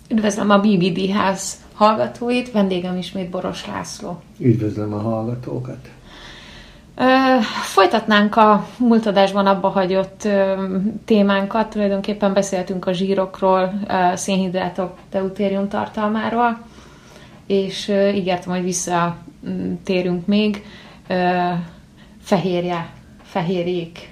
Üdvözlöm a BBD ház hallgatóit, vendégem ismét Boros László. Üdvözlöm a hallgatókat. Folytatnánk a múlt adásban abba hagyott témánkat, tulajdonképpen beszéltünk a zsírokról, szénhidrátok deutérium tartalmáról, és ígértem, hogy visszatérünk még. Fehérjék.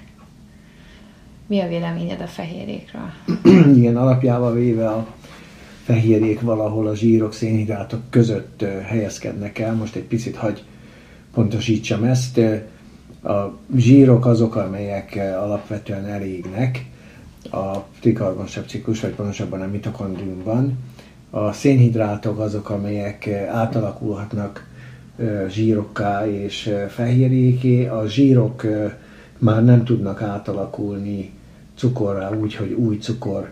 Mi a véleményed a fehérjékről? Igen, alapjával véve a fehérjék valahol a zsírok, szénhidrátok között helyezkednek el. Most egy picit hagy pontosítsam ezt. A zsírok azok, amelyek alapvetően elégnek a trikarbonsav ciklus, vagy pontosabban a mitokondriumban. A szénhidrátok azok, amelyek átalakulhatnak zsírokká és fehérjéké. A zsírok már nem tudnak átalakulni cukorrá úgy, hogy új cukor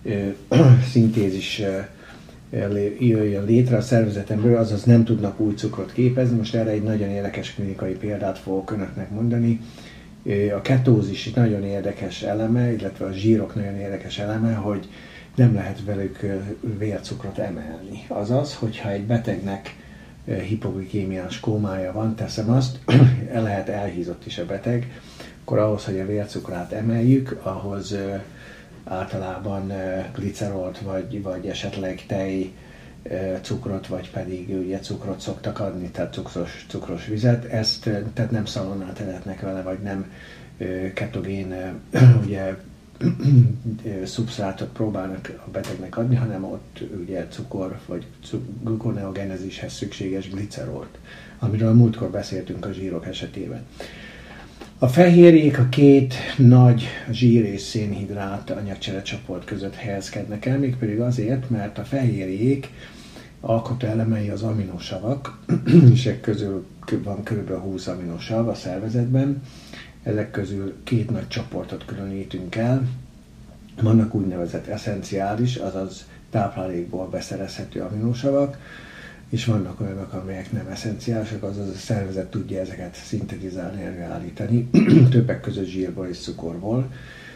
szintézis jöjjön létre a szervezetemből, azaz nem tudnak új cukrot képezni. Most erre egy nagyon érdekes klinikai példát fogok önöknek mondani. A ketózis egy nagyon érdekes eleme, illetve a zsírok nagyon érdekes eleme, hogy nem lehet velük vércukrot emelni. Azaz, hogyha egy betegnek hipoglikémiás kómája van, teszem azt, lehet elhízott is a beteg, akkor ahhoz, hogy a vércukrát emeljük, ahhoz általában glicerolt, vagy esetleg tej cukrot, vagy pedig ugye cukrot szoktak adni, tehát cukros vizet. Ezt tehát nem szalonnát etetnek vele, vagy nem ketogén ugye szubsztrátot próbálnak a betegnek adni, hanem ott ugye cukor vagy glukoneogenezishez szükséges glicerolt, amiről a múltkor beszéltünk a zsírok esetében. A fehérjék a két nagy zsír és szénhidrát anyagcserecsoport között helyezkednek el, mégpedig azért, mert a fehérjék alkotó elemei az aminosavak, és ezek közül van kb. 20 aminosav a szervezetben. Ezek közül két nagy csoportot különítünk el. Vannak úgynevezett eszenciális, azaz táplálékból beszerezhető aminosavak, és vannak olyanok, amelyek nem eszenciálisak, azaz a szervezet tudja ezeket szintetizálni, előállítani, többek között zsírból és cukorból.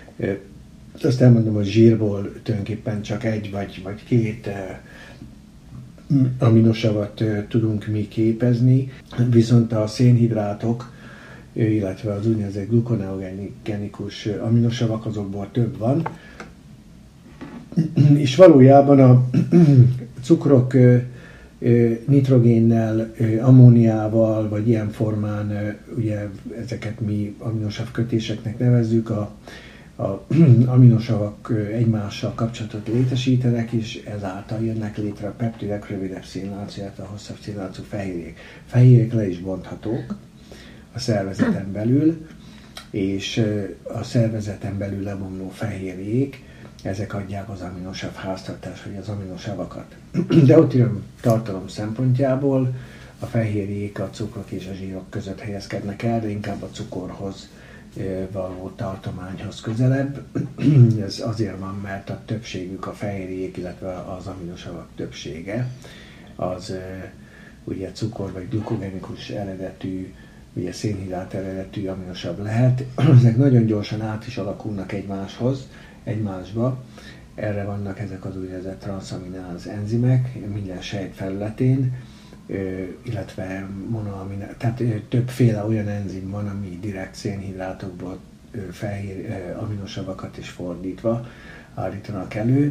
Azt elmondom, hogy zsírból tulajdonképpen csak egy vagy két aminosavat tudunk mi képezni, viszont a szénhidrátok, illetve az úgynevezett glukoneogenikus aminosavak, azokból több van. És valójában a cukrok nitrogénnel, ammóniával, vagy ilyen formán, ugye ezeket mi aminosav kötéseknek nevezzük, a aminosavak egymással kapcsolatot létesítenek, és ezáltal jönnek létre a peptidek, rövidebb szénláncú, illetve a hosszabb szénláncú fehérjék. Fehérjék le is bonthatók a szervezeten belül, és a szervezeten belül lebomló fehérjék, ezek adják az aminosav háztartást, vagy az aminosavakat. Deutérium tartalom szempontjából a fehérjék a cukrok és a zsírok között helyezkednek el, de inkább a cukorhoz való tartományhoz közelebb. Ez azért van, mert a többségük, a fehérjék, illetve az aminosavak többsége, az ugye cukor vagy glukogenikus eredetű, ugye szénhidrát eredetű aminosav lehet. Ezek nagyon gyorsan át is alakulnak egymásba. Erre vannak ezek az úgynevezett transzamináz enzimek minden sejt felületén, illetve tehát többféle olyan enzim van, ami direkt szénhidrátokból fehér aminosavakat is fordítva állítanak elő.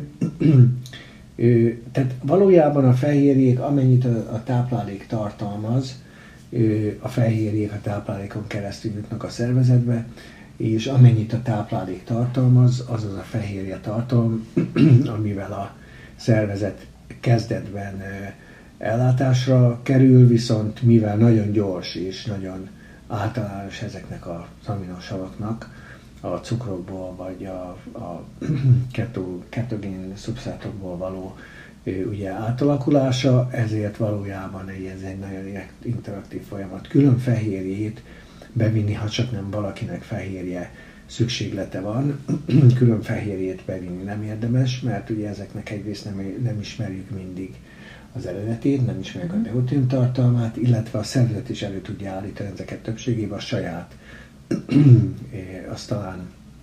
Tehát valójában a fehérjék, amennyit a táplálék tartalmaz, a fehérjék a táplálékon keresztül jutnak a szervezetbe, és amennyit a táplálék tartalmaz, az a fehérje tartalom, amivel a szervezet kezdetben ellátásra kerül, viszont mivel nagyon gyors és nagyon általános ezeknek az aminosavaknak a cukrokból vagy a ketogén szubsztrátokból való ugye átalakulása, ezért valójában ez egy nagyon interaktív folyamat. Külön fehérjét bevinni, ha csak nem valakinek fehérje szükséglete van, külön fehérjét bevinni nem érdemes, mert ugye ezeknek egyrészt nem ismerjük mindig az eredetét, nem ismerjük a deutérium tartalmát, illetve a szervezet is elő tudja állítani ezeket többségében a saját, azt talán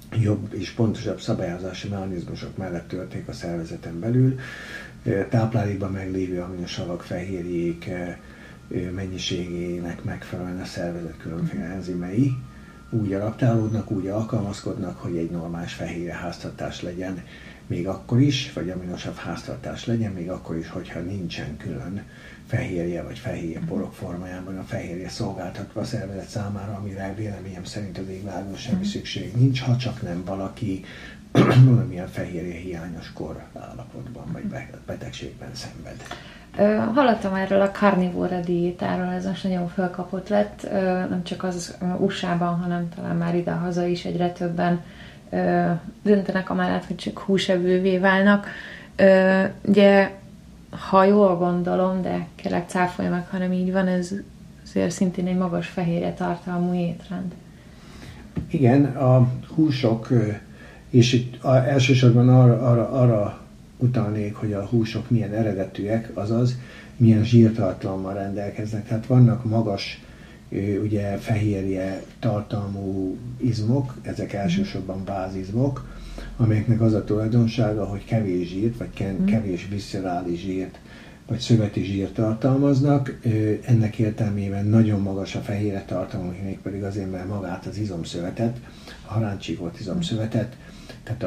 jobb és pontosabb szabályozási mechanizmusok mellett történik a szervezeten belül. Táplálékban meglévő aminosavak fehérjék mennyiségének megfelelően a szervezet különféle enzimei úgy adaptálódnak, úgy alkalmazkodnak, hogy egy normális fehérje háztartás legyen még akkor is, vagy aminosav háztartás legyen még akkor is, hogyha nincsen külön fehérje vagy fehérje porok formájában a fehérje szolgáltatva a szervezet számára, amire véleményem szerint az égvilágon semmi szükség nincs, ha csak nem valaki valamilyen fehérje hiányos kor állapotban vagy betegségben szenved. Hallottam erről a carnivore diétáról, ez most nagyon fölkapott lett, nem csak az USA-ban, hanem talán már ide-haza is egyre többen döntenek amellett, hogy csak húsevővé válnak. Ugye, ha jól gondolom, de kérlek cáfolj meg, ha nem így van, ez azért szintén egy magas fehérje tartalmú étrend. Igen, a húsok, és itt elsősorban arra utalnék, hogy a húsok milyen eredetűek, azaz milyen zsírtartalommal rendelkeznek. Tehát vannak magas ugye fehérje tartalmú izmok, ezek elsősorban bázizmok, amelyeknek az a tulajdonsága, hogy kevés zsírt, vagy kevés viszerális zsírt, vagy szöveti zsírt tartalmaznak. Ennek értelmében nagyon magas a fehérje tartalmú, mégpedig azért, mert magát az izomszövetet, a haráncsíkolt izomszövetet, tehát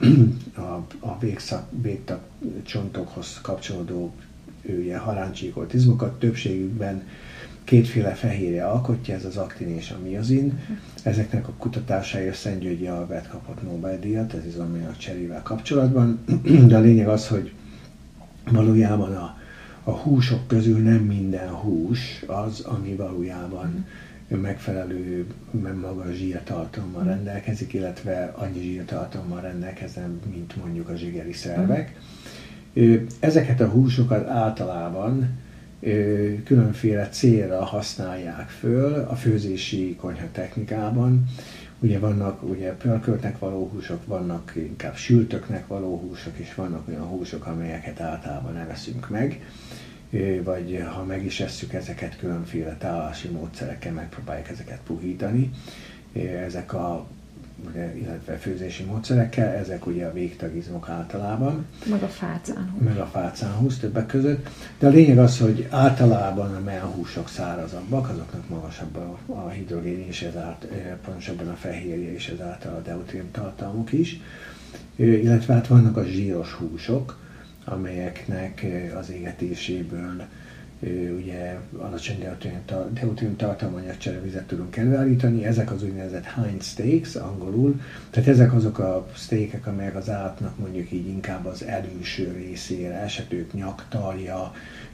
a végtagcsontokhoz kapcsolódó ugye, haráncsíkolt izmokat többségükben kétféle fehérje alkotja, ez az aktin és a miozin. Ezeknek a kutatásáért Szent Györgyi Albert kapott Nobel-díjat az izomanyag cserével kapcsolatban, de a lényeg az, hogy valójában a húsok közül nem minden hús az, ami valójában megfelelő magas zsírtartalommal rendelkezik, illetve annyi zsírtartalommal rendelkezem, mint mondjuk a zsigeri szervek. Ezeket a húsokat általában különféle célra használják föl a főzési konyha technikában. Ugye vannak pörköltnek való húsok, vannak inkább sültöknek való húsok, és vannak olyan húsok, amelyeket általában nem eszünk meg, vagy ha meg is esszük ezeket, különféle tálási módszerekkel megpróbáljuk ezeket puhítani. Ezek illetve főzési módszerekkel, ezek ugye a végtagizmok általában. Meg a fácánhús többek között. De a lényeg az, hogy általában a mellhúsok szárazabbak, azoknak magasabb a hidrogén és pontosabban a fehérje és ezáltal a deutérium tartalmuk is. Illetve hát vannak a zsíros húsok, amelyeknek az égetéséből ugye alacsony deutérium tartalmú anyagcserevizet tudunk előállítani. Ezek az úgynevezett hind steaks angolul, tehát ezek azok a steakek, amelyek az állatnak mondjuk így inkább az előső részére, esetők nyaktarja,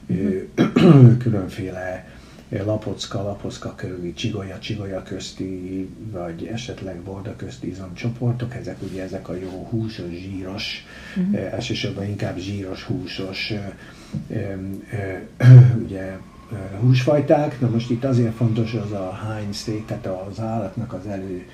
különféle lapocka körüli, csigolya közti, vagy esetleg borda közti izomcsoportok, ezek a jó húsos, zsíros, elsősorban inkább zsíros, húsos ugye, húsfajták. Na most itt azért fontos az a hind steak, tehát az állatnak az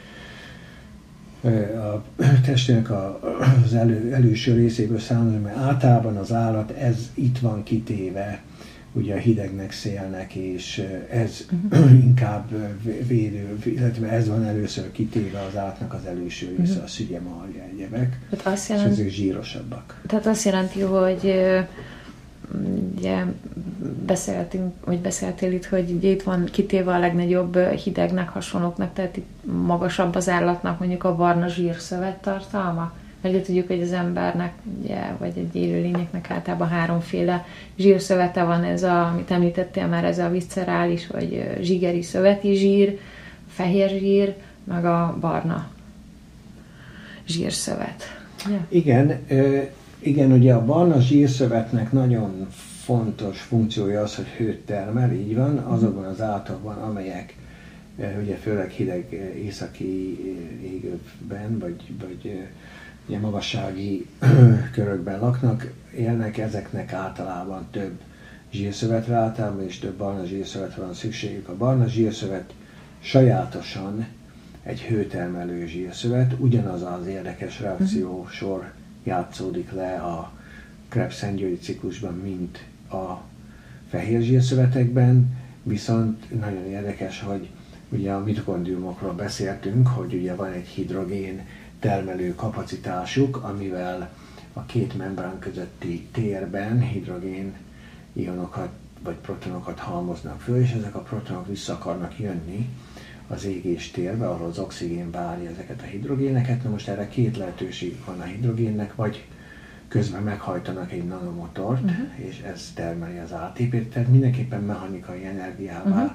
a testének az előső részéből számolni, mert általában az állat itt van kitéve ugye a hidegnek, szélnek, és ez inkább védő, illetve ez van először kitéve az állatnak az előső része, a szügye, marja, egyebek, és ezek zsírosabbak. Tehát azt jelenti, hogy ugye beszéltél itt, hogy ugye itt van kitéve a legnagyobb hidegnek, hasonlóknak, tehát itt magasabb az állatnak mondjuk a barna zsírszövet tartalma? Mert ugye tudjuk, hogy az embernek, ugye, vagy egy élőlényeknek általában háromféle zsírszövete van, ez amit említettél már, ez a viszerális, vagy zsigeri szöveti zsír, fehér zsír, meg a barna zsírszövet. Yeah. Igen, ugye a barna zsírszövetnek nagyon fontos funkciója az, hogy hőt termel, így van, azokban az állatokban, amelyek ugye főleg hideg északi égőkben, vagy ugye magassági körökben laknak, élnek, ezeknek általában több zsírszövetre általában, és több barna zsírszövetre van szükségük. A barna zsírszövet sajátosan egy hőtermelő zsírszövet, ugyanaz az érdekes reakciósor játszódik le a Krebs-Szent Györgyi ciklusban, mint a fehér zsírszövetekben, viszont nagyon érdekes, hogy ugye a mitokondriumokról beszéltünk, hogy ugye van egy hidrogén termelő kapacitásuk, amivel a két membrán közötti térben hidrogén ionokat vagy protonokat halmoznak föl, és ezek a protonok vissza akarnak jönni az égés térbe, ahol az oxigén várja ezeket a hidrogéneket. Na most erre két lehetőség van a hidrogénnek, vagy közben meghajtanak egy nanomotort, és ez termeli az ATP-t, tehát mindenképpen mechanikai energiává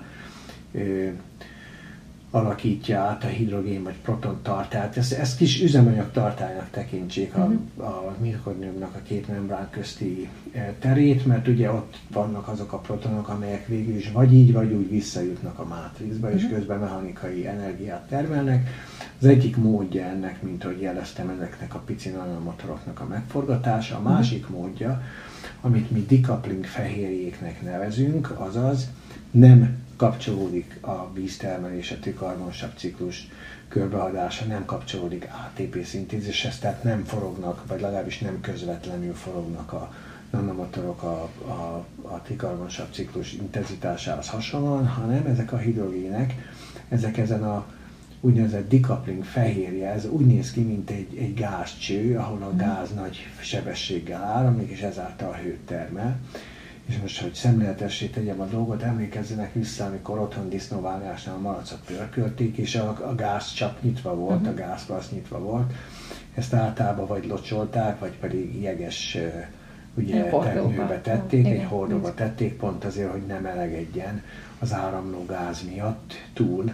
alakítja át a hidrogén vagy proton tartályt. Ezt kis üzemanyag tartálynak tekintsék a mitokondriumnak a két membrán közti terét, mert ugye ott vannak azok a protonok, amelyek végül is vagy így, vagy úgy visszajutnak a mátrixba, és közben mechanikai energiát termelnek. Az egyik módja ennek, mint ahogy jeleztem, ezeknek a pici nanomotoroknak a megforgatása. A másik módja, amit mi decoupling fehérjéknek nevezünk, azaz nem kapcsolódik a víztermelés, a trikarbonsav ciklus körbehadása, nem kapcsolódik ATP szintézishez, tehát nem forognak, vagy legalábbis nem közvetlenül forognak a nanomotorok a trikarbonsav ciklus intenzitásához hasonlóan, hanem ezek a hidrogének, ezek ezen a úgynevezett decoupling fehérje, ez úgy néz ki, mint egy gázcső, ahol a gáz nagy sebességgel áramlik, és ezáltal hőt termel. És most, hogy szemléletessé tegyem a dolgot, emlékezzenek vissza, amikor otthon disznóvágásnál a malacot pörkölték, és a gázcsap nyitva volt, a gázpalasz nyitva volt. Ezt általában vagy locsolták, vagy pedig jeges teknőbe tették, egy hordóba tették, pont azért, hogy ne melegedjen az áramló gáz miatt túl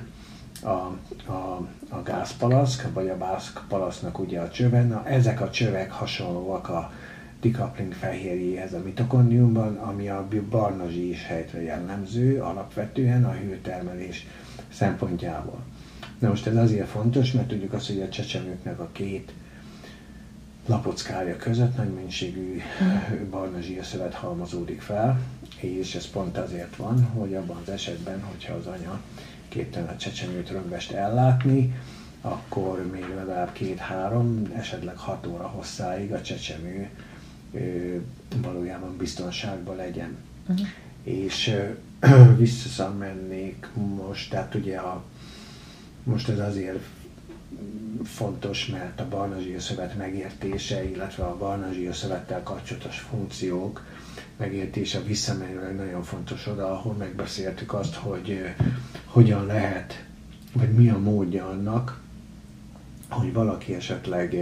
a gázpalaszk, vagy a gázpalasznak ugye a csöve. Na, ezek a csövek hasonlóak a decoupling fehérjéhez a mitokondriumban, ami a barna zsírsejtre jellemző alapvetően a hőtermelés szempontjából. Na most ez azért fontos, mert tudjuk azt, hogy a csecsemőknek a két lapockája között nagy mennyiségű barna zsírszövet halmozódik fel, és ez pont azért van, hogy abban az esetben, hogyha az anya képtelen a csecsemőt rögvest ellátni, akkor még legalább 2-3, esetleg 6 óra hosszáig a csecsemő valójában biztonságban legyen. És visszamennék most, tehát ugye most ez azért fontos, mert a barna zsírszövet megértése, illetve a barna zsírszövettel kapcsolatos funkciók megértése visszamenőleg nagyon fontos oda, ahol megbeszéltük azt, hogy hogyan lehet, vagy mi a módja annak, hogy valaki esetleg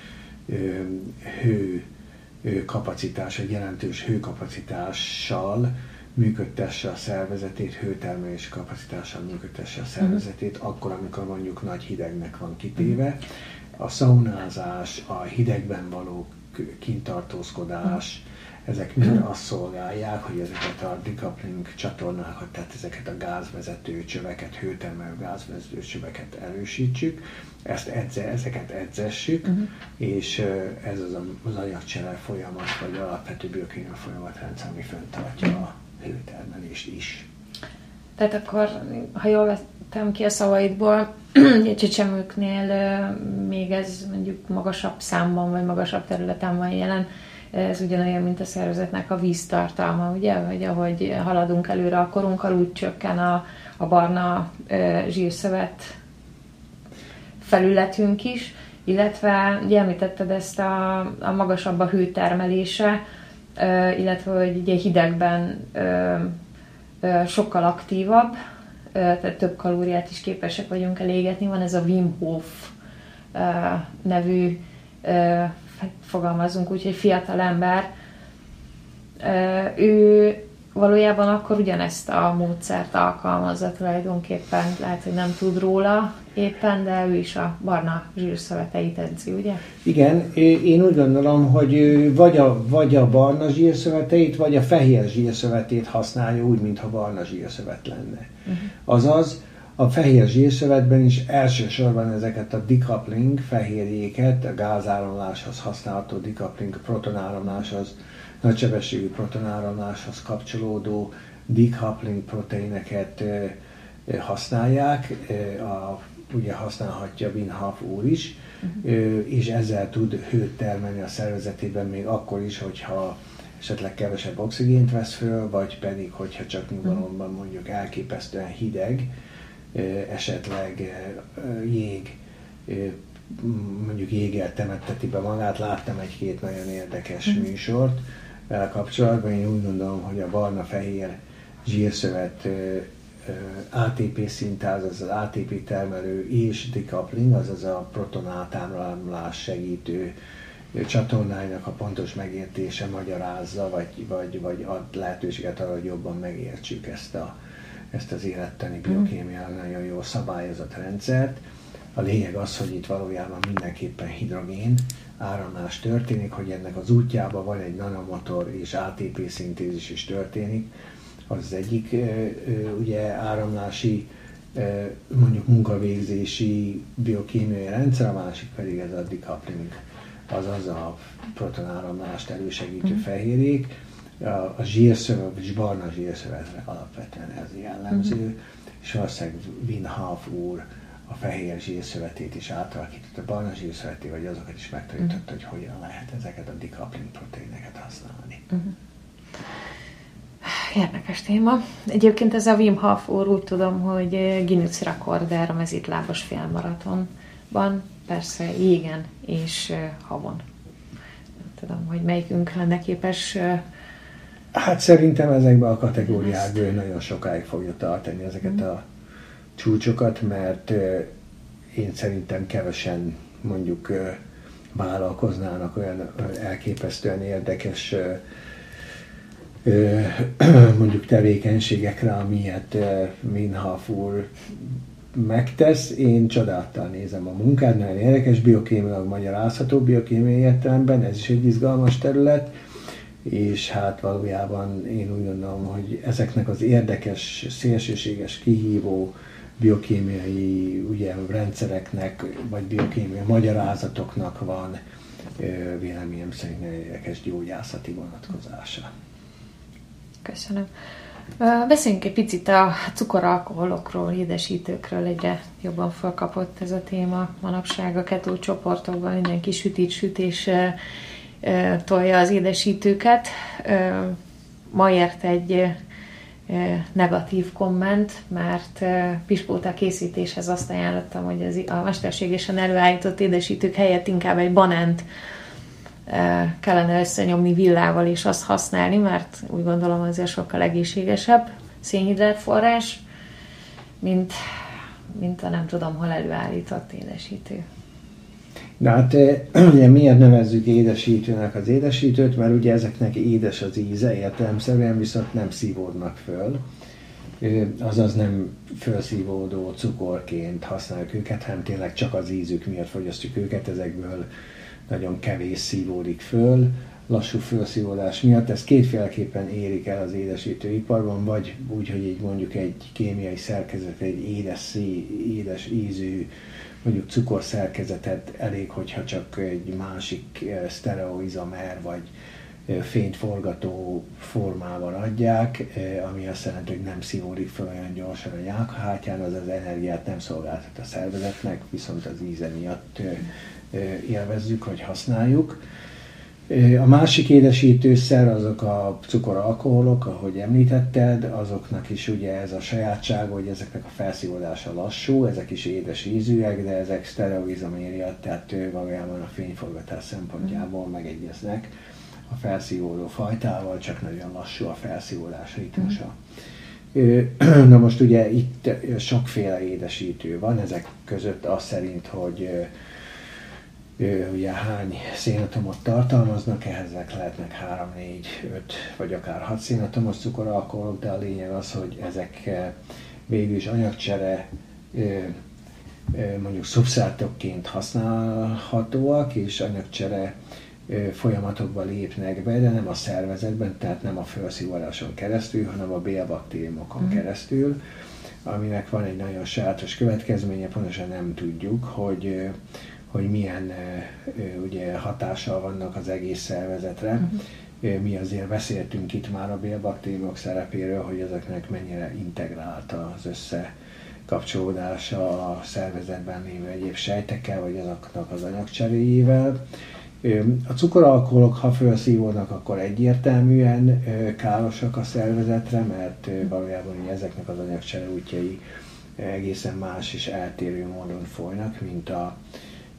hőkapacitás, egy jelentős hőkapacitással működtesse a szervezetét, hőtermelési kapacitással működtesse a szervezetét, akkor, amikor mondjuk nagy hidegnek van kitéve. A szaunázás, a hidegben való kintartózkodás, ezek mind azt szolgálják, hogy ezeket a decoupling csatornákat, tehát ezeket a gázvezető csöveket, hőtermelő gázvezető csöveket erősítsük, ezeket edzessük, és ez az anyagcsere folyamat, vagy alapvető biokémiai folyamatrendszer, ami fenntartja a hőtermelést is. Tehát akkor, ha jól vettem ki a szavaidból, a csecsemőknél még ez mondjuk magasabb számban, vagy magasabb területen van jelen, ez ugyanolyan, mint a szervezetnek a víztartalma, ugye? Hogy ahogy haladunk előre a korunkkal, úgy csökken a barna zsírszövet felületünk is, illetve ugye említetted ezt a magasabb a hőtermelése, illetve hogy ugye hidegben sokkal aktívabb, tehát több kalóriát is képesek vagyunk elégetni. Van ez a Wim Hof nevű, fogalmazunk úgy, hogy fiatal ember, ő valójában akkor ugyanezt a módszert alkalmazza tulajdonképpen, lehet, hogy nem tud róla éppen, de ő is a barna zsírszöveteit edzi, ugye? Igen, én úgy gondolom, hogy vagy a barna zsírszöveteit, vagy a fehér zsírszövetét használja úgy, mintha barna zsírszövet lenne. Azaz, a fehér zsírszövetben is elsősorban ezeket a decoupling fehérjéket, a gázáramláshoz használható decoupling, protonáramláshoz, nagysebességű protonáramláshoz kapcsolódó decoupling proteineket használják, ugye használhatja Wim Hof úr is, és ezzel tud hőt termelni a szervezetében még akkor is, hogyha esetleg kevesebb oxigént vesz föl, vagy pedig, hogyha csak nyugalomban mondjuk elképesztően hideg, esetleg jég mondjuk jéggel temetteti be magát. Láttam egy-két nagyon érdekes műsort vele kapcsolatban. Én úgy gondolom, hogy a barna-fehér zsírszövet ATP szintáz, az ATP termelő és decoupling, azaz a protonátáramlás segítő csatornáinak a pontos megértése magyarázza, vagy ad lehetőséget arra, hogy jobban megértsük ezt az élettani biokémiailag nagyon jól szabályozott rendszert. A lényeg az, hogy itt valójában mindenképpen hidrogén áramlás történik, hogy ennek az útjában van egy nanomotor és ATP szintézis is történik. Az egyik ugye áramlási, mondjuk munkavégzési biokémiai rendszer, a másik pedig ez a decoupling, azaz a protonáramlást elősegítő fehérjék. A zsírszövet, vagy barna zsírszövetre alapvetően ez jellemző, és valószínűleg Wim Hof úr a fehér zsírszövetét is átalakította, a barna zsírszöveté, vagy azokat is megtanította, hogy hogyan lehet ezeket a decoupling proteineket használni. Érdekes téma. Egyébként ez a Wim Hof úr, úgy tudom, hogy Guinness rekorder a mezitlábas félmaratonban, persze jégen és havon. Nem tudom, hogy melyikünk lenne képes. Hát szerintem ezekben a kategóriákban nagyon sokáig fogja tartani ezeket a csúcsokat, mert én szerintem kevesen mondjuk vállalkoznának olyan elképesztően érdekes mondjuk tevékenységekre, amilyet Wim Hof úr megtesz. Én csodálattal nézem a munkát, nagyon érdekes, biokémiailag magyarázható biokémiai értelemben, ez is egy izgalmas terület, és hát valójában én úgy gondolom, hogy ezeknek az érdekes, szélsőséges, kihívó biokémiai ugye, rendszereknek, vagy biokémiai magyarázatoknak van véleményem szerint nagyon érdekes gyógyászati vonatkozása. Köszönöm. Beszéljünk egy picit a cukoralkoholokról, édesítőkről, egyre jobban felkapott ez a téma. Manapság a ketó csoportokban mindenki süt és tolja az édesítőket. Ma ért egy negatív komment, mert pispóta készítéshez azt ajánlottam, hogy a mesterségesen előállított édesítők helyett inkább egy banánt kellene összenyomni villával és azt használni, mert úgy gondolom azért sokkal egészségesebb szénhidrátforrás, mint a nem tudom hol előállított édesítő. De hát ugye miért nevezzük édesítőnek az édesítőt, mert ugye ezeknek édes az íze, értelemszerűen viszont nem szívódnak föl, azaz nem fölszívódó cukorként használjuk őket, hanem tényleg csak az ízük miatt fogyasztjuk őket, ezekből nagyon kevés szívódik föl, lassú fölszívódás miatt. Ezt kétféleképpen érik el az édesítőiparban, vagy úgy, hogy mondjuk egy kémiai szerkezet, egy édes ízű, mondjuk cukorszerkezetet elég, hogyha csak egy másik sztereoizomer vagy fényt forgató formában adják, ami azt jelenti, hogy nem szívódik fel olyan gyorsan a nyálkahártyán, az az energiát nem szolgáltat a szervezetnek, viszont az íze miatt élvezzük, hogy használjuk. A másik édesítőszer azok a cukoralkoholok, ahogy említetted, azoknak is ugye ez a sajátsága, hogy ezeknek a felszívódása lassú, ezek is édes ízűek, de ezek sztereoizoméria, tehát valójában a fényforgatás szempontjából megegyeznek a felszívódó fajtával, csak nagyon lassú a felszívódás ritmusa. Na most ugye itt sokféle édesítő van, ezek között az szerint, hogy ugye hány szénatomot tartalmaznak, ehhez lehetnek 3, 4, 5 vagy akár 6 szénatomos cukoralkoholok, de a lényeg az, hogy ezek végül is anyagcsere mondjuk szubsztrátokként használhatóak, és anyagcsere folyamatokba lépnek be, de nem a szervezetben, tehát nem a felszívódáson keresztül, hanem a bélbaktériumokon keresztül, aminek van egy nagyon sajátos következménye, pontosan nem tudjuk, hogy milyen ugye, hatással vannak az egész szervezetre. Mi azért beszéltünk itt már a bélbaktériumok szerepéről, hogy ezeknek mennyire integrált az összekapcsolódása a szervezetben lévő egyéb sejtekkel, vagy azoknak az anyagcseréjével. A cukoralkoholok, ha felszívódnak, akkor egyértelműen károsak a szervezetre, mert valójában ezeknek az anyagcsere útjai egészen más és eltérő módon folynak, mint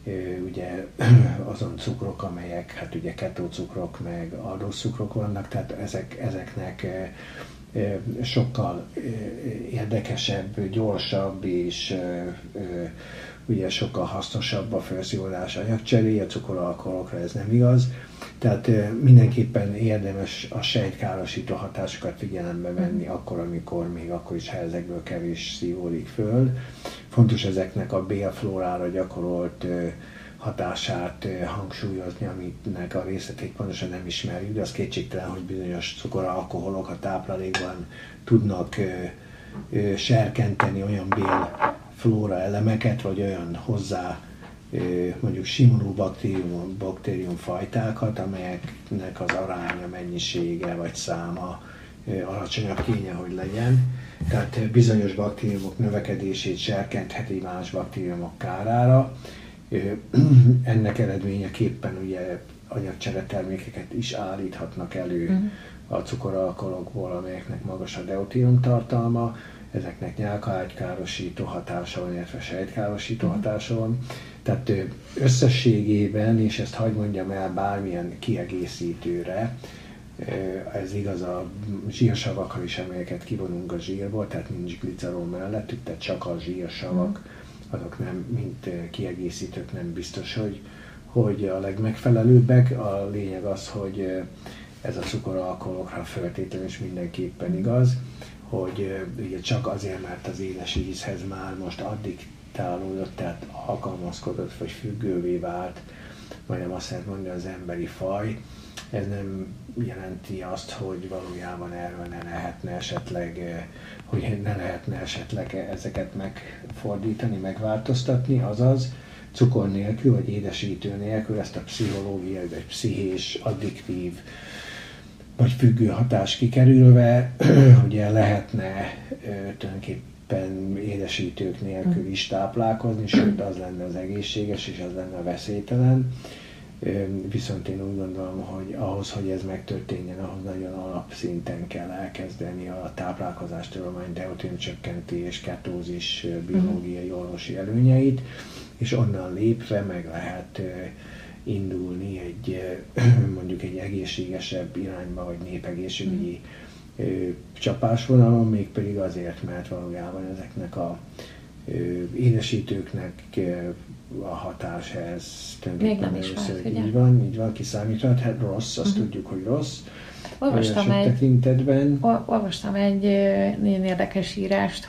ugye azon cukrok, amelyek, hát ugye ketócukrok, meg aldóscukrok vannak, tehát ezeknek sokkal érdekesebb, gyorsabb és ugye sokkal hasznosabb a felszívódás anyagcseréje, a cukoralkoholokra ez nem igaz. Tehát mindenképpen érdemes a sejtkárosító hatásokat figyelembe venni akkor, amikor még akkor is, ha ezekből kevés szívódik föl. Fontos ezeknek a bélflórára gyakorolt hatását hangsúlyozni, aminek a részletét pontosan nem ismerjük, de az kétségtelen, hogy bizonyos cukoralkoholok a táplálékban tudnak serkenteni olyan bélflóra elemeket, vagy olyan hozzá mondjuk simuló baktériumfajtákat, amelyeknek az aránya, mennyisége vagy száma alacsonyabb kéne, hogy legyen. Tehát bizonyos baktériumok növekedését serkentheti más baktériumok kárára. Ennek eredményeképpen ugye anyagcseretermékeket is állíthatnak elő a cukoralkoholokból, amelyeknek magas a deutérium tartalma. Ezeknek nyálkahártykárosító hatása van, illetve sejtkárosító hatása van. Tehát összességében, és ezt hadd mondjam el bármilyen kiegészítőre, ez igaz a zsírsavakra is, amelyeket kivonunk a zsírból, tehát nincs glicerol mellettük, tehát csak a zsírsavak, azok nem, mint kiegészítők nem biztos, hogy a legmegfelelőbbek. A lényeg az, hogy ez a cukoralkoholokra feltétlenül is mindenképpen igaz, hogy ugye csak azért, mert az édes ízhez már most addiktálódott, tehát alkalmazkodott vagy függővé vált, majdnem azt lehet mondani az emberi faj, ez nem jelenti azt, hogy valójában erről ne lehetne esetleg ezeket megfordítani, megváltoztatni, azaz cukor nélkül vagy édesítő nélkül ezt a pszichológiai vagy pszichés, addiktív vagy függő hatás kikerülve, ugye lehetne tulajdonképpen édesítők nélkül is táplálkozni, sőt az lenne az egészséges és az lenne a veszélytelen. Viszont én úgy gondolom, hogy ahhoz, hogy ez megtörténjen, ahhoz nagyon alapszinten kell elkezdeni a táplálkozástudomány deutériumcsökkentés, ketózis biológiai, orvosi előnyeit, és onnan lépve meg lehet indulni mondjuk egy egészségesebb irányba, vagy népegészségügyi csapásvonalon, mégpedig azért, mert valójában ezeknek a édesítőknek a hatás ez még nem is vált, így van, kiszámíthat, hát rossz, azt tudjuk, hogy rossz. Olvastam egy nagyon érdekes írást,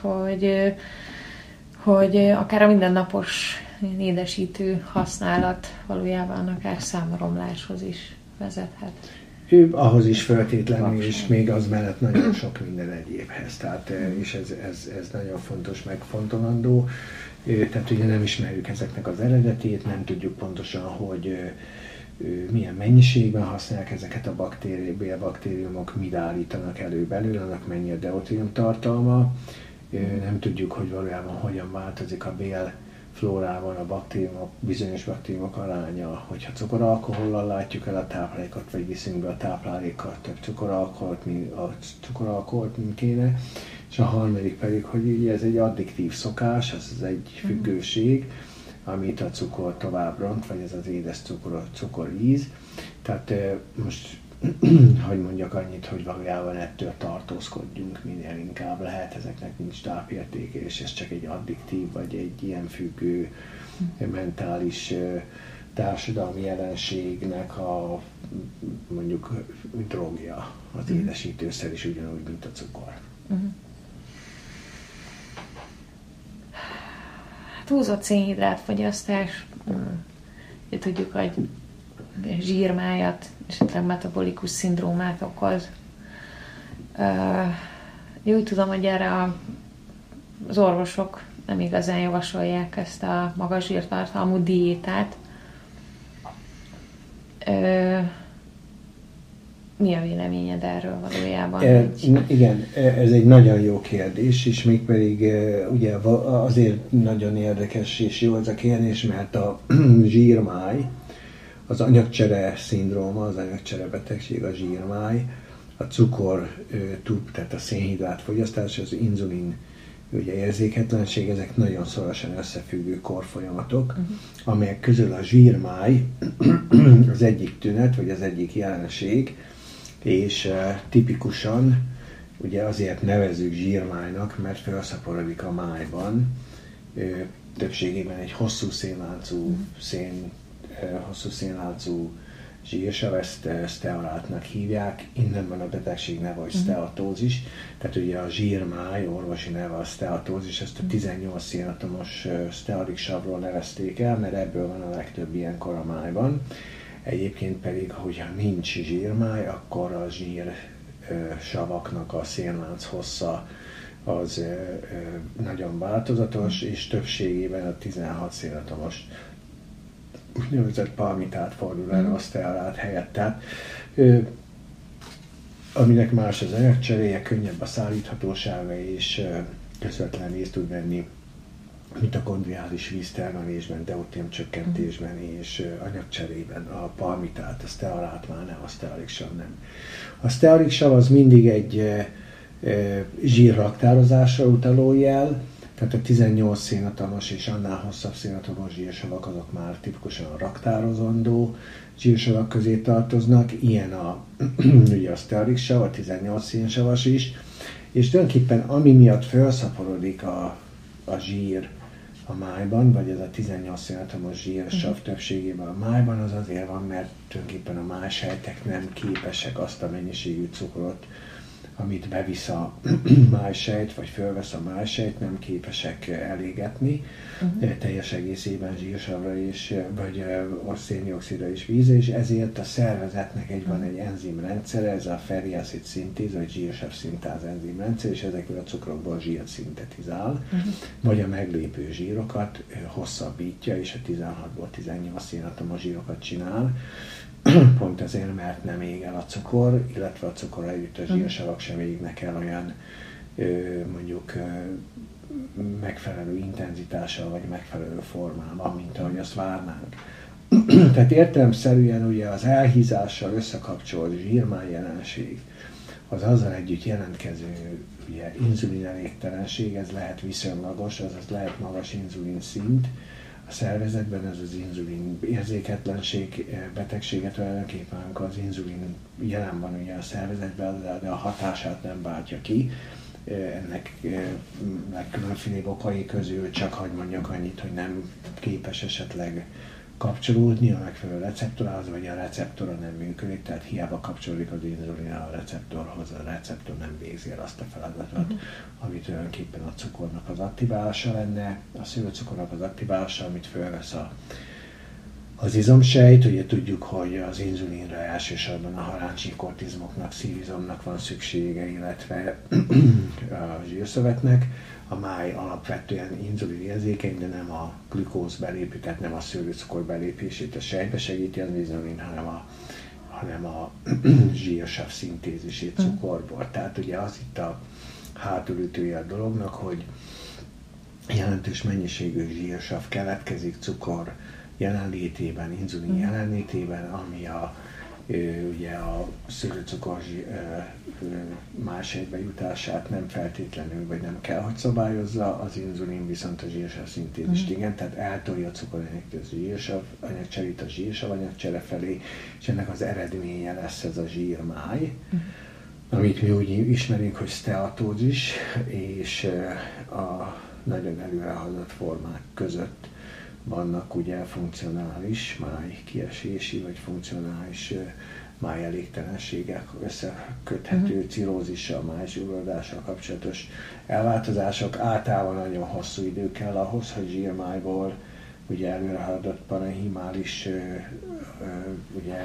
hogy akár a mindennapos édesítő használat valójában akár számromláshoz is vezethet. Ahhoz is feltétlenül, és még az mellett nagyon sok minden egyébhez. Tehát, és ez nagyon fontos, megfontolandó. Tehát ugye nem ismerjük ezeknek az eredetét, nem tudjuk pontosan, hogy milyen mennyiségben használják ezeket a bélbaktériumok, mit állítanak elő belőle, annak mennyi a deutérium tartalma. Nem tudjuk, hogy valójában hogyan változik a bélflórában a baktériumok, bizonyos baktériumok aránya, hogyha cukoralkohollal látjuk el a táplálékot, vagy viszünk be a táplálékkal több cukoralkoholt, mint kéne. És a harmadik pedig, hogy ez egy addiktív szokás, ez egy függőség, amit a cukor tovább ront, vagy ez az édes cukor íz. Tehát most hogy mondjak annyit, hogy valójában ettől tartózkodjunk minél inkább lehet, ezeknek nincs tápértéke, és ez csak egy addiktív, vagy egy ilyen függő mentális társadalmi jelenségnek a mondjuk drogja, az édesítőszer is ugyanúgy, mint a cukor. Túlzott szénhidrátfogyasztás, tudjuk, hogy zsírmájat, esetleg metabolikus szindrómát okoz. Úgy tudom, hogy erre az orvosok nem igazán javasolják ezt a magas zsírtartalmú diétát. Mi a véleményed erről valójában? Igen, ez egy nagyon jó kérdés, és mégpedig ugye azért nagyon érdekes és jó ez a kérdés, mert a zsírmáj, az anyagcsere szindróma, az anyagcsere betegség, a zsírmáj, a cukor, tehát a szénhidrát fogyasztás, az inzulin ugye érzéketlenség, ezek nagyon szorosan összefüggő korfolyamatok, amelyek közül a zsírmáj az egyik tünet, vagy az egyik jelenség, és tipikusan ugye azért nevezzük zsírmájnak, mert felszaporodik a májban, többségében egy hosszú szénláncú zsírsav, ezt sztearátnak hívják, innen van a betegség neve, hogy szteatózis, tehát ugye a zsírmáj orvosi neve a szteatózis, ezt a 18 szénatomos sztearik savról nevezték el, mert ebből van a legtöbb ilyenkor a májban. Egyébként pedig, hogyha nincs zsírmáj, akkor a zsírsavaknak a szénlánc hossza az nagyon változatos, és többségében a 16 szénatomos úgynevezett palmitát fordul el a sztearát helyett. Tehát, aminek más az anyagcseréje, könnyebb a szállíthatósága, és közvetlen részt tud venni mitokondriális víztermelésben, deutérium csökkentésben és anyagcserében. A palmitát, a sztearát már nem, a sztearik sav nem. A sztearik sav az mindig egy zsírraktározásra utaló jel, tehát a 18 szénatomos és annál hosszabb szénatomos zsírsavak azok már tipikusan a raktározandó zsírsavak közé tartoznak, ilyen ugye a sztearik sav, a 18 szénsavas is, és tulajdonképpen ami miatt felszaporodik a zsír a májban, vagy ez a 18 szénatomos zsírsav többségében a májban, az azért van, mert tulajdonképpen a májsejtek nem képesek azt a mennyiségű cukrot, amit bevisz a májsejt, vagy fölvesz a májsejt, nem képesek elégetni teljes egészében zsírsavra és, vagy széndioxidra és vízre, és ezért a szervezetnek van egy enzimrendszere, ez a fatty acid szintéz, vagy zsírsav szintáz enzimrendszer, és ezekből a cukrokból zsírt szintetizál, vagy a meglépő zsírokat hosszabbítja, és a 16-ból 18 szénatomos zsírokat csinál, pont ezért, mert nem ég el a cukor, illetve a cukor együtt a zsírsavak sem égnek el olyan mondjuk megfelelő intenzitással, vagy megfelelő formában, mint ahogy azt várnánk. Tehát értelemszerűen ugye az elhízással összekapcsolt zsírmáj jelenség, az azzal együtt jelentkező ugye, inzulin elégtelenség, ez lehet viszonylagos, azaz lehet magas inzulin szint, a szervezetben ez az inzulin érzéketlenség betegséget tulajdonképpen, amikor az inzulin jelen van ugye a szervezetben, de a hatását nem váltja ki. Ennek legkülönfélébb okai közül csak hadd mondjak annyit, hogy nem képes esetleg kapcsolódni a megfelelő receptorához, vagy a receptora nem működik, tehát hiába kapcsolódik az inzulin a receptorhoz, a receptor nem végzi el azt a feladatot, amit tulajdonképpen a cukornak az aktiválása lenne, a szőlőcukornak az aktiválása, amit fölvesz az izomsejt. Ugye tudjuk, hogy az inzulinra elsősorban a halálcsikortizmoknak, szívizomnak van szüksége, illetve a zsírszövetnek. A máj alapvetően inzulin érzékeny, de nem a glükóz belépő, tehát nem a szőlőcukor belépését a sejtbe segíti az inzulin, hanem a zsírsav szintézisét cukorból. Tehát ugye az itt a hátulütője a dolognak, hogy jelentős mennyiségű zsírsav keletkezik cukor jelenlétében, inzulin jelenlétében, ami ugye a szőlőcukor májsejtbe jutását nem feltétlenül, vagy nem kell, hogy szabályozza, az inzulin viszont a zsírsav szintézist igen, tehát eltolja a cukoranyagtól a zsírsav anyagcserét a zsírsav anyagcsere felé, és ennek az eredménye lesz ez a zsírmáj, amit mi úgy ismerünk, hogy szteatózis, és a nagyon előrehaladott formák között vannak ugye funkcionális májkiesési vagy funkcionális májelégtelenségek, összeköthető cirózissal, májzsúrodással kapcsolatos elváltozások. Általában nagyon hosszú idő kell ahhoz, hogy zsírmájból ugye előrehaladott parenhimális ugye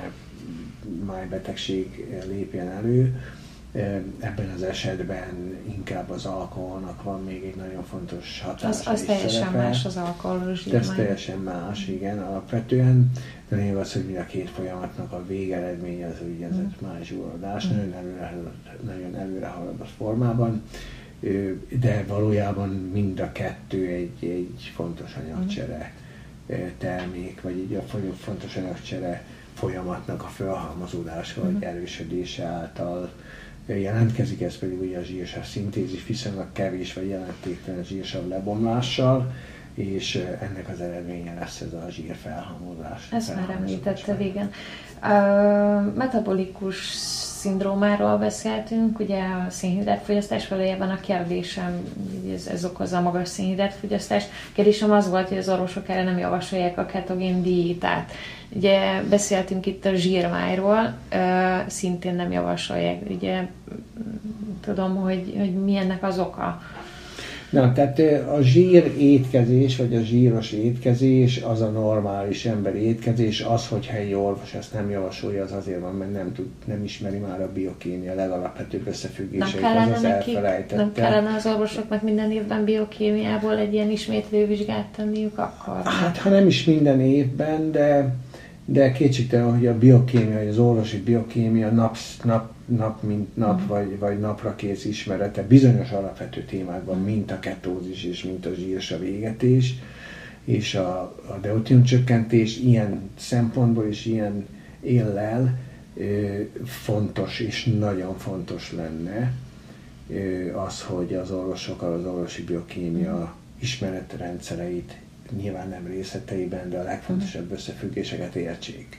májbetegség lépjen elő. Ebben az esetben inkább az alkoholnak van még egy nagyon fontos hatása. Az teljesen más az alkoholos zsírmáj. Ez teljesen más, igen, alapvetően. De lényeg az, hogy mind a két folyamatnak a végeredménye az úgynevezett májzsúrodás, nagyon előrehaladott formában, de valójában mind a kettő egy fontos anyagcsere termék, vagy egy fontos anyagcsere folyamatnak a felhalmozódása vagy erősödése által jelentkezik, ez pedig ugye a zsírsav szintézis viszonylag kevés vagy jelentéktelen zsírsav lebomlással, és ennek az eredménye lesz ez a zsírfelhalmozás. Ezt már említetted, igen. Metabolikus szindrómáról beszéltünk, ugye a szénhidrátfogyasztás, valójában a kérdésem, ez okozza a magas szénhidrátfogyasztást. Kérdésem az volt, hogy az orvosok erre nem javasolják a ketogén diétát. Ugye beszéltünk itt a zsírmájról, szintén nem javasolják. Ugye tudom, hogy mi ennek az oka. Na, tehát a zsír étkezés, vagy a zsíros étkezés, az a normális emberi étkezés, az, hogyha egy orvos ezt nem javasolja, az azért van, mert nem ismeri már a biokémia legalapvetőbb összefüggéseit, az elfelejtette. Nem kellene az orvosoknak minden évben biokémiából egy ilyen ismétlő vizsgát tenniük akkor? Hát, ha nem is minden évben, de kétségtelen, hogy a biokémia, az orvosi biokémia nap mint nap, vagy napra kész ismerete bizonyos alapvető témákban, mint a ketózis és mint a zsírsav égetés, és a deutérium csökkentés ilyen szempontból és ilyen éllel fontos és nagyon fontos lenne az, hogy az orvosokkal az orvosi biokémia ismeretrendszereit nyilván nem részleteiben, de a legfontosabb összefüggéseket értsék.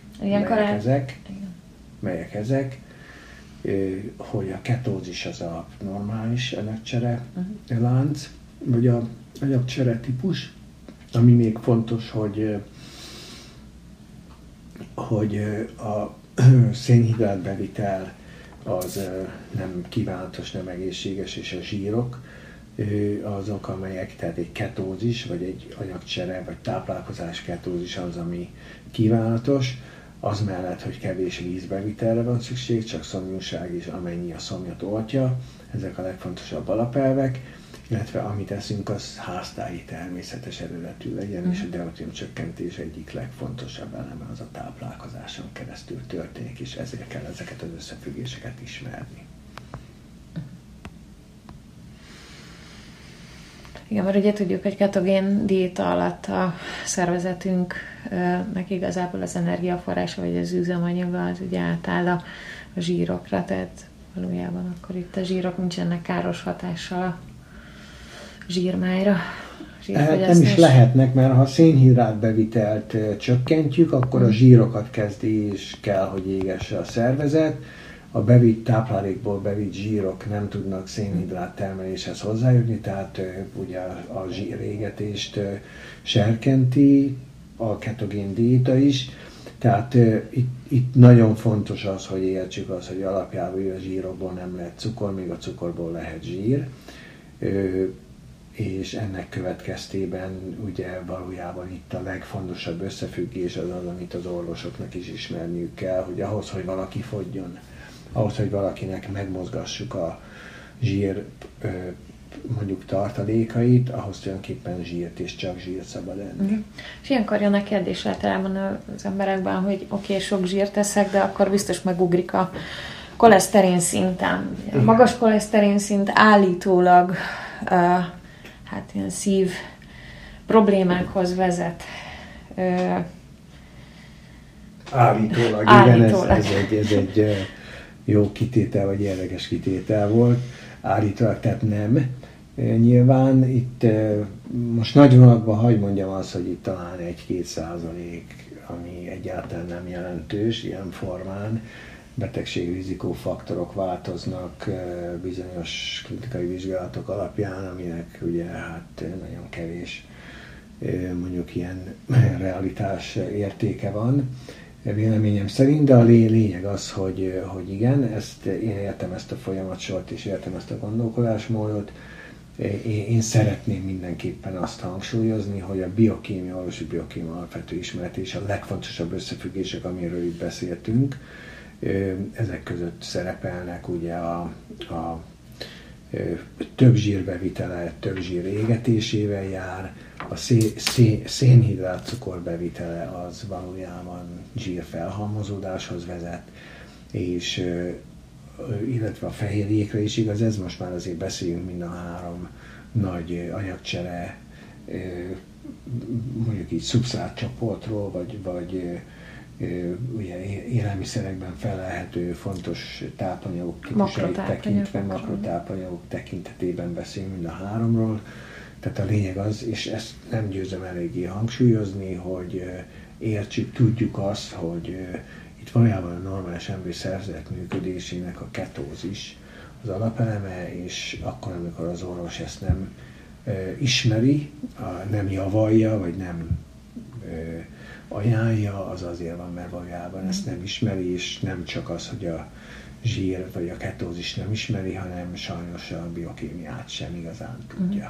Melyek ezek? Hogy a ketózis az a normális anyagcsere lánc, vagy a anyagcsere típus, ami még fontos, hogy a szénhidrátbevitel az nem kívánatos, nem egészséges, és a zsírok azok, amelyek, tehát egy ketózis, vagy egy anyagcsere, vagy táplálkozás ketózis az, ami kívánatos, az mellett, hogy kevés vízbevitelre van szükség, csak szomjúság is, amennyi a szomjat oltja, ezek a legfontosabb alapelvek, illetve amit eszünk, az háztáji természetes eredetű legyen, és a deutérium csökkentés egyik legfontosabb eleme az a táplálkozáson keresztül történik, és ezért kell ezeket az összefüggéseket ismerni. Igen, mert ugye tudjuk, hogy ketogén diéta alatt a szervezetünknek igazából az energiaforrása, vagy az üzemanyaga az ugye átáll a zsírokra, tehát valójában akkor itt a zsírok nincsenek káros hatással a zsírmájra. Nem is lehetnek, mert ha a szénhidrátbevitelt csökkentjük, akkor a zsírokat kezdi és kell, hogy égesse a szervezet. A táplálékból bevitt zsírok nem tudnak szénhidrát termeléshez hozzájutni, tehát ugye a zsírégetést serkenti a ketogén diéta is. Tehát itt nagyon fontos az, hogy értsük azt, hogy alapjában a zsírokból nem lehet cukor, még a cukorból lehet zsír. És ennek következtében ugye valójában itt a legfontosabb összefüggés az, amit az orvosoknak is ismerniük kell, hogy ahhoz, hogy valaki fogjon, ahhoz, hogy valakinek megmozgassuk a zsír mondjuk tartalékait, ahhoz tulajdonképpen zsírt és csak zsírt szabad enni. És ilyenkor jön a kérdés általában az emberekben, hogy oké, sok zsírt teszek, de akkor biztos megugrik a koleszterin szinten. A magas koleszterin szint állítólag hát ilyen szív problémákhoz vezet. Állítólag. Igen, ez egy jó kitétel, vagy érdekes kitétel volt. Állítólag, tehát nem. Nyilván itt most nagy vonatban hagy mondjam azt, hogy itt talán 1-2%, ami egyáltalán nem jelentős ilyen formán. Betegségrizikófaktorok változnak bizonyos klinikai vizsgálatok alapján, aminek ugye hát nagyon kevés mondjuk ilyen realitás értéke van véleményem szerint, de a lényeg az, hogy igen, én értem ezt a folyamatsort és értem ezt a gondolkodásmódot. Én szeretném mindenképpen azt hangsúlyozni, hogy a biokémia, orvosi biokémia alapvető ismeret és a legfontosabb összefüggések, amiről itt beszéltünk, ezek között szerepelnek ugye a több zsírbevitele, több zsír égetésével jár, a szénhidrát cukorbevitele az valójában zsírfelhalmozódáshoz vezet, és illetve a fehérjékre is igaz, ez most már azért beszéljünk mind a három nagy anyagcsere, mondjuk így szubsztrátcsoportról, vagy ugye élelmiszerekben felelhető fontos tápanyagok típusait tekintve, makrotápanyagok tekintetében beszélünk mind a háromról. Tehát a lényeg az, és ezt nem győzöm eléggé hangsúlyozni, hogy értsük, tudjuk azt, hogy itt valójában a normális emberi szervezet működésének a ketózis az alapeleme, és akkor, amikor az orvos ezt nem ismeri, nem javalja, vagy nem ajánlja, az azért van, mert valójában ezt nem ismeri, és nem csak az, hogy a zsír vagy a ketózis nem ismeri, hanem sajnos a biokémiát sem igazán tudja.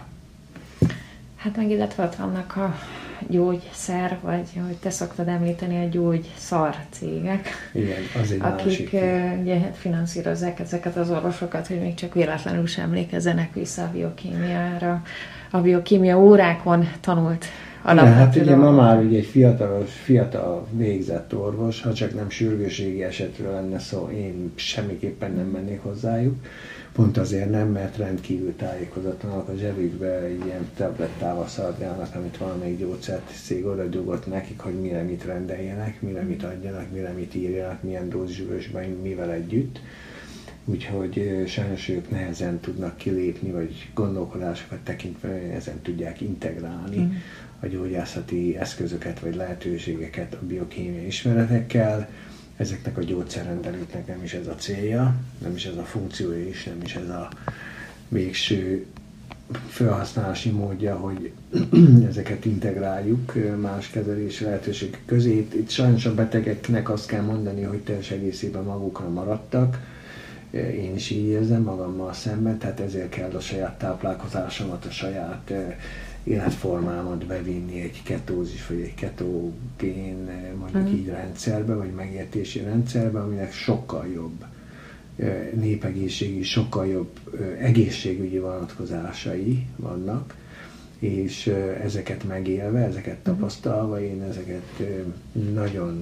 Hát meg illetve ott vannak a gyógyszer, vagy ahogy te szoktad említeni, a gyógyszar cégek. Igen, az egy akik ugye, finanszírozzák ezeket az orvosokat, hogy még csak véletlenül sem emlékezzenek vissza a biokémiára, a biokémia órákon tanult alapvető. Hát ugye ma már ugye egy fiatal végzett orvos, ha csak nem sürgősségi esetről lenne szó, én semmiképpen nem mennék hozzájuk. Pont azért nem, mert rendkívül tájékozatlanak, a zsebükbe egy ilyen tablettával szaladgálnak, amit valamelyik gyógyszercég oda dugott nekik, hogy mire mit rendeljenek, mire mit adjanak, mire mit írjanak, milyen dózisban, mivel együtt. Úgyhogy sajnos ők nehezen tudnak kilépni, vagy gondolkodásokat tekintve nehezen tudják integrálni a gyógyászati eszközöket, vagy lehetőségeket a biokémiai ismeretekkel. Ezeknek a gyógyszerrendelőknek nem is ez a célja, nem is ez a funkciója is, nem is ez a végső felhasználási módja, hogy ezeket integráljuk más kezelési lehetőségek közé. Itt sajnos a betegeknek azt kell mondani, hogy teljes egészében magukra maradtak. Én is így érzem magammal szemben, tehát ezért kell a saját táplálkozásomat, a saját életformámat bevinni egy ketózis vagy egy ketogén mondjuk így rendszerbe, vagy megértési rendszerbe, aminek sokkal jobb népegészségügyi, sokkal jobb egészségügyi vonatkozásai vannak, és ezeket megélve, ezeket tapasztalva én ezeket nagyon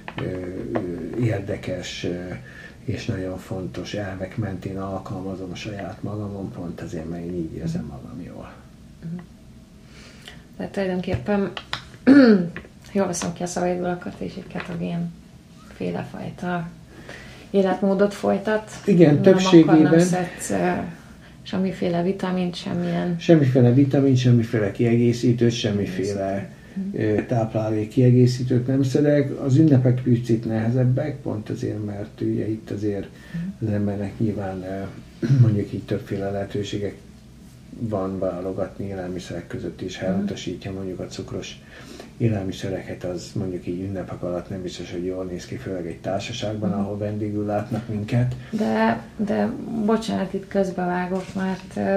érdekes és nagyon fontos elvek mentén alkalmazom a saját magamon, pont azért, mert én így érzem magam jól. Tehát tulajdonképpen jól veszem ki a szavaidból, akkor és egy ketogén félefajta életmódot folytat. Igen, többségében. Nem szedsz semmiféle vitamint, Semmiféle vitamint, semmiféle kiegészítőt, semmiféle táplálék kiegészítőt nem szedek. Az ünnepek picit nehezebbek, pont azért, mert ugye itt azért az embernek nyilván mondjuk így többféle lehetőségek van válogatni élelmiszerek között is, ha elutasítja mondjuk a cukros élelmiszereket, az mondjuk így ünnepek alatt nem biztos, hogy jól néz ki, főleg egy társaságban, ahol vendégül látnak minket. De bocsánat, itt közbevágok, mert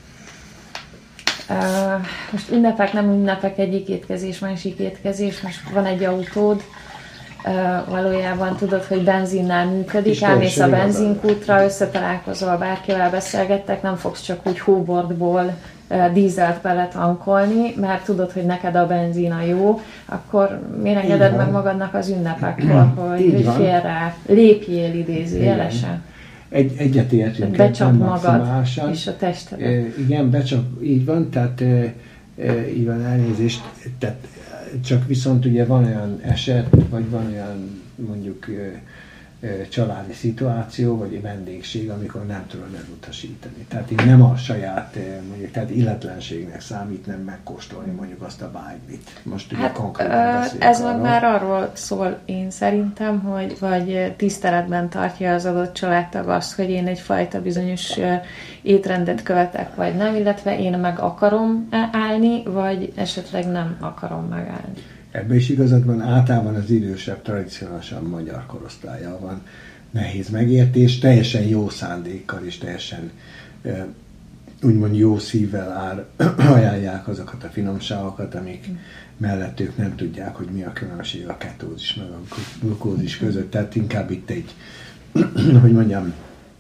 most ünnepek, nem ünnepek, egyik étkezés, másik étkezés, most van egy autód, valójában tudod, hogy benzinnel működik, elmész a benzinkútra, összetalálkozol bárkivel, beszélgettek, nem fogsz csak úgy hóbordból dízelt beletankolni, mert tudod, hogy neked a benzin a jó, akkor miért engeded meg magadnak az ünnepekkor, hogy félre lépjél idézőjelesen? Egyetértünk becsap magad és a testedet. Igen, becsap, így van, tehát így van, elnézést, tehát csak viszont ugye van olyan eset, vagy van olyan mondjuk családi szituáció, vagy vendégség, amikor nem tudod elutasítani. Tehát így nem a saját, mondjuk, tehát illetlenségnek számít nem megkóstolni mondjuk azt a bájglit. Most ugye konkrétan beszélünk ez arról. Már arról szól én szerintem, hogy vagy tiszteletben tartja az adott családtag azt, hogy én egyfajta bizonyos étrendet követek, vagy nem, illetve én meg akarom állni, vagy esetleg nem akarom megállni. Ebben is igazad van, általában az idősebb, tradicionálisan magyar korosztállyal van nehéz megértés, teljesen jó szándékkal és teljesen úgymond jó szívvel ajánlják azokat a finomságokat, amik mellett ők nem tudják, hogy mi a különbség a ketózis meg a glukózis között. Tehát inkább itt egy, hogy mondjam,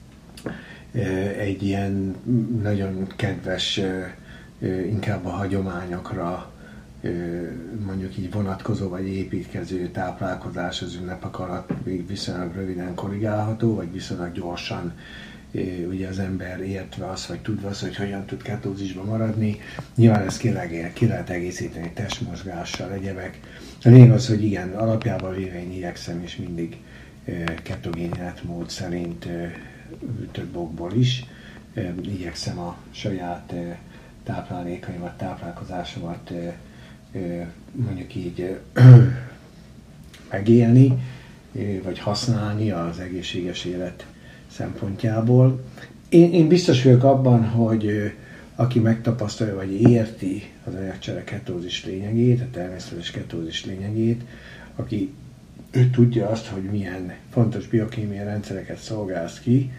egy ilyen nagyon kedves, inkább a hagyományokra mondjuk így vonatkozó vagy építkező táplálkozás az ünnepek alatt viszonylag röviden korrigálható, vagy viszonylag gyorsan ugye az ember értve azt, vagy tudva azt, hogy hogyan tud ketózisban maradni. Nyilván ezt ki lehet egészíteni testmozgással, egyebek. A lényeg az, hogy igen, alapjában véve én igyekszem, és mindig ketogén életmód szerint több okból is. Igyekszem a saját táplálékaimat, táplálkozásomat mondjuk így megélni, vagy használni az egészséges élet szempontjából. Én biztos vagyok abban, hogy aki megtapasztalja, vagy érti az anyagcsere ketózis lényegét, a természetes ketózis lényegét, aki ő tudja azt, hogy milyen fontos biokémiai rendszereket szolgálsz ki,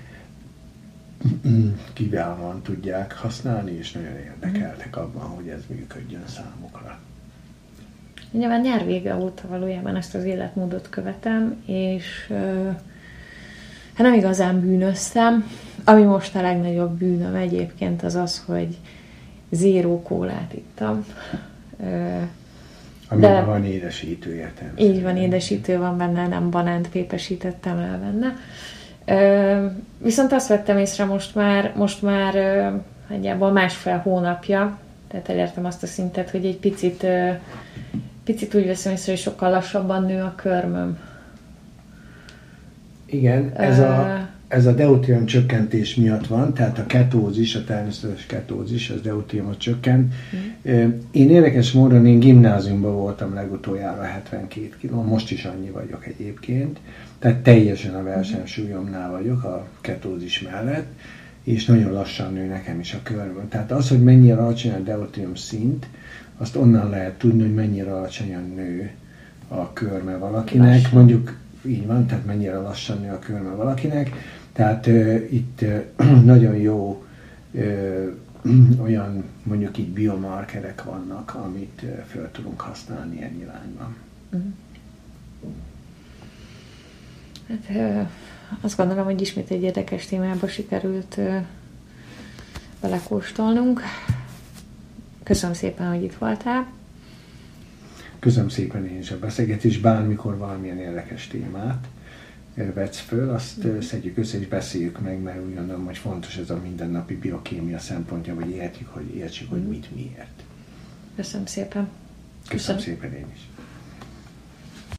kiválóan tudják használni, és nagyon érdekeltek abban, hogy ez működjön számukra. Nyilván nyár vége óta valójában ezt az életmódot követem, és hát nem igazán bűnöztem. Ami most a legnagyobb bűnöm egyébként az az, hogy zéró kólát ittam. Amiben van édesítője természetesen. Így van, édesítő van benne, nem banánt pépesítettem el benne. Viszont azt vettem észre most már nagyjából 1,5 hónapja, tehát elértem azt a szintet, hogy egy picit úgy veszem észre, hogy sokkal lassabban nő a körmöm. Igen, ez a deutérium csökkentés miatt van, tehát a ketózis, a természetes ketózis, az deutériumot csökkent. Én érdekes módon, én gimnáziumban voltam legutoljára 72 kiló, most is annyi vagyok egyébként, tehát teljesen a versenysúlyomnál vagyok a ketózis mellett, és nagyon lassan nő nekem is a körmöm. Tehát az, hogy mennyire alacsony a deutérium szint, azt onnan lehet tudni, hogy mennyire alacsonyan nő a körme valakinek. Lassan. Mondjuk így van, tehát mennyire lassan nő a körme valakinek. Tehát itt nagyon jó olyan mondjuk így biomarkerek vannak, amit föl tudunk használni ilyen irányban. Hát, azt gondolom, hogy ismét egy érdekes témába sikerült belekóstolnunk. Köszönöm szépen, hogy itt voltál. Köszönöm szépen én is a beszélgetést, bármikor valamilyen érdekes témát vetsz föl, azt szedjük össze és beszéljük meg, mert úgy gondolom, hogy fontos ez a mindennapi biokémia szempontja, hogy értsük, hogy mit miért. Köszönöm szépen. Köszönöm szépen én is.